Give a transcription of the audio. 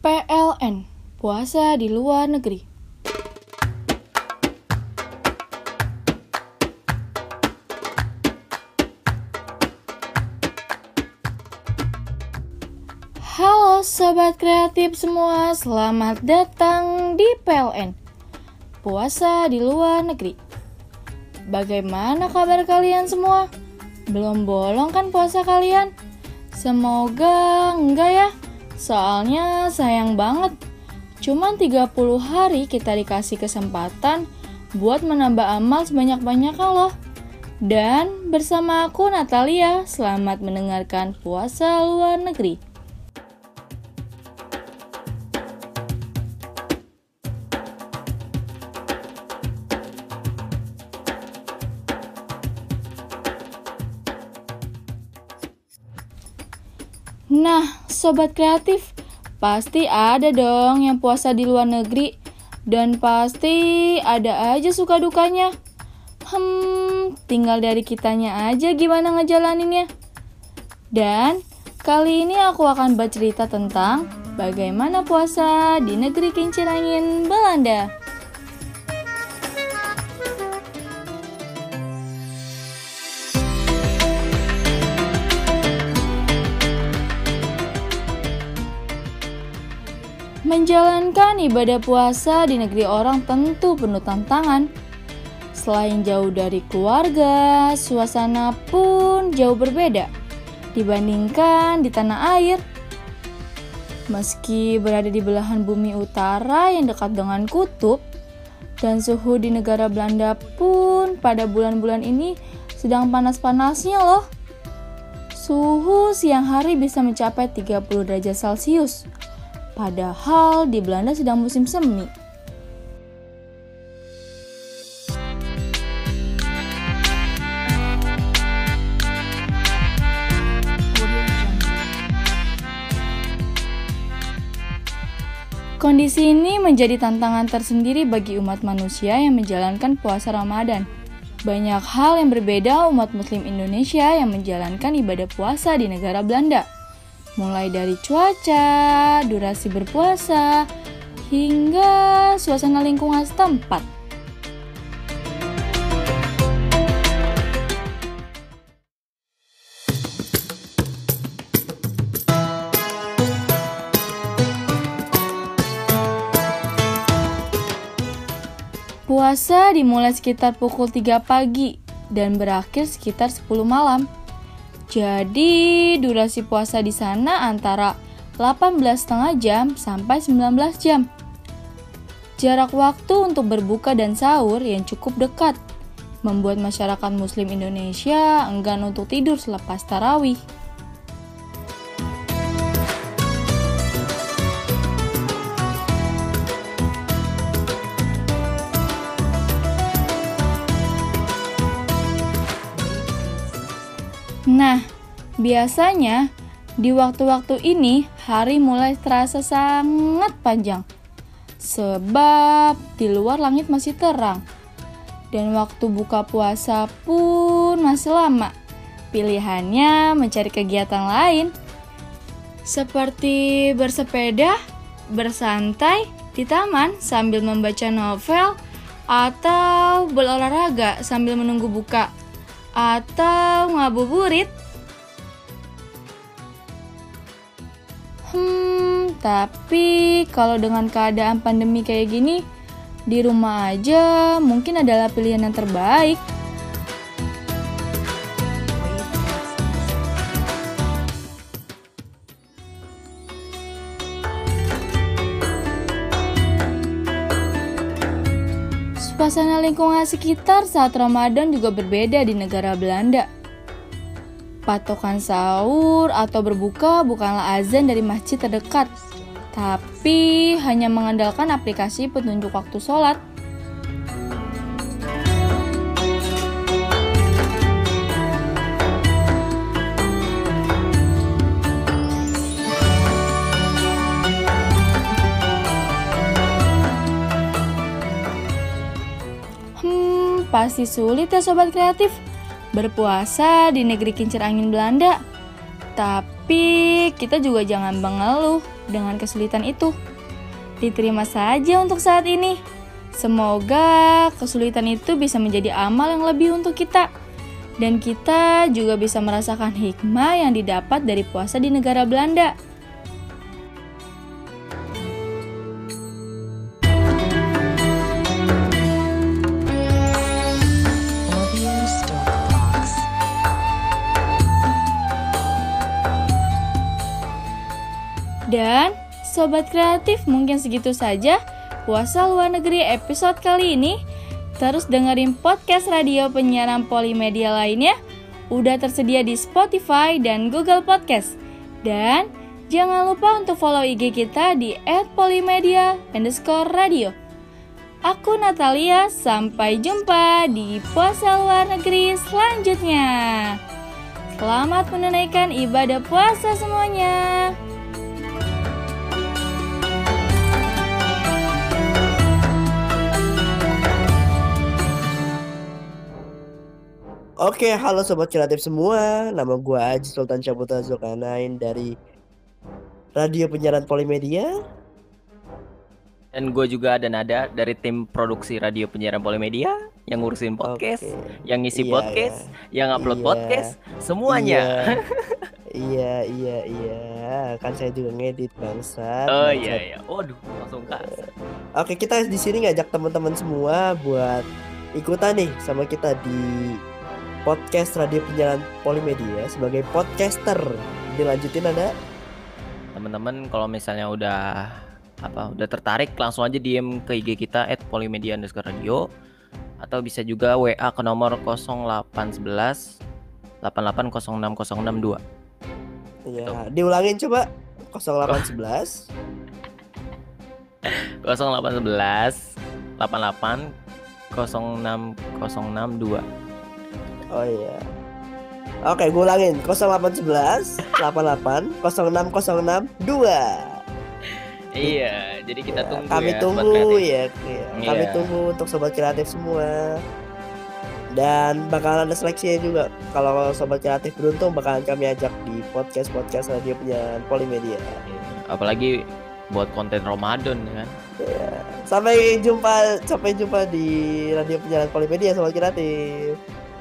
PLN, puasa di luar negeri. Halo sobat kreatif semua, selamat datang di PLN, puasa di luar negeri. Bagaimana kabar kalian semua? Belum bolong kan puasa kalian? Semoga enggak ya. Soalnya sayang banget, cuman 30 hari kita dikasih kesempatan buat menambah amal sebanyak-banyaknya loh. Dan bersama aku Natalia, selamat mendengarkan puasa luar negeri. Nah, sobat kreatif, pasti ada dong yang puasa di luar negeri, dan pasti ada aja suka dukanya. Tinggal dari kitanya aja gimana ngejalaninnya. Dan kali ini aku akan bercerita tentang bagaimana puasa di negeri kincir angin Belanda. Menjalankan ibadah puasa di negeri orang tentu penuh tantangan. Selain jauh dari keluarga, suasana pun jauh berbeda dibandingkan di tanah air. Meski berada di belahan bumi utara yang dekat dengan kutub, dan suhu di negara Belanda pun pada bulan-bulan ini sedang panas-panasnya loh. Suhu siang hari bisa mencapai 30 derajat Celcius. Padahal di Belanda sedang musim semi. Kondisi ini menjadi tantangan tersendiri bagi umat manusia yang menjalankan puasa Ramadan. Banyak hal yang berbeda umat Muslim Indonesia yang menjalankan ibadah puasa di negara Belanda. Mulai dari cuaca, durasi berpuasa, hingga suasana lingkungan setempat. Puasa dimulai sekitar pukul 3 pagi dan berakhir sekitar 10 malam. Jadi, durasi puasa di sana antara 18,5 jam sampai 19 jam. Jarak waktu untuk berbuka dan sahur yang cukup dekat, membuat masyarakat Muslim Indonesia enggan untuk tidur selepas tarawih. Nah, biasanya di waktu-waktu ini hari mulai terasa sangat panjang. Sebab di luar langit masih terang. Dan waktu buka puasa pun masih lama. Pilihannya mencari kegiatan lain. Seperti bersepeda, bersantai di taman sambil membaca novel, atau berolahraga sambil menunggu buka, atau ngabuburit. Tapi kalau dengan keadaan pandemi kayak gini, di rumah aja mungkin adalah pilihan yang terbaik. Suasana lingkungan sekitar saat Ramadan juga berbeda di negara Belanda. Patokan sahur atau berbuka bukanlah azan dari masjid terdekat, tapi hanya mengandalkan aplikasi petunjuk waktu sholat. Pasti sulit ya sobat kreatif berpuasa di negeri kincir angin Belanda. Tapi kita juga jangan mengeluh. dengan kesulitan itu. Diterima saja untuk saat ini. Semoga kesulitan itu bisa menjadi amal yang lebih untuk kita. Dan kita juga bisa merasakan hikmah yang didapat dari puasa di negara Belanda. Dan Sobat Kreatif, mungkin segitu saja Puasa Luar Negeri episode kali ini. Terus dengerin podcast radio penyiaran Polimedia lainnya. Udah tersedia di Spotify dan Google Podcast. Dan jangan lupa untuk follow IG kita di @polimedia_radio. Aku Natalia, sampai jumpa di Puasa Luar Negeri selanjutnya. Selamat menunaikan ibadah puasa semuanya. Oke, halo Sobat Kreatif semua. Nama gue Aji Sultan Caputra Zulkarnain dari Radio Penyiaran Polimedia. Dan gue juga ada Nada dari tim produksi Radio Penyiaran Polimedia yang ngurusin podcast, yang ngisi podcast, yang upload podcast, semuanya. Iya. Kan saya juga ngedit bangsat. Oh iya. Waduh, langsung kasar. Oke, kita di sini ngajak teman-teman semua buat ikutan nih sama kita di podcast Radio Penyiaran Polimedia sebagai podcaster. Dilanjutin ada teman-teman, kalau misalnya udah tertarik, langsung aja DM ke IG kita @polimedia_radio, atau bisa juga WA ke nomor 0811 8806 062. Iya, diulangin coba 0811 0811 88 06062. Oh iya. Oke, gue ulangin 0811 88 06062. Iya, jadi kita tunggu kami ya. Tunggu ya. Kami tunggu untuk Sobat Kreatif semua. Dan bakalan ada seleksinya juga. Kalau Sobat Kreatif beruntung bakalan kami ajak di podcast Radio Penyiaran Polimedia. Apalagi buat konten Ramadan kan. Ya. Sampai jumpa di Radio Penyiaran Polimedia Sobat Kreatif.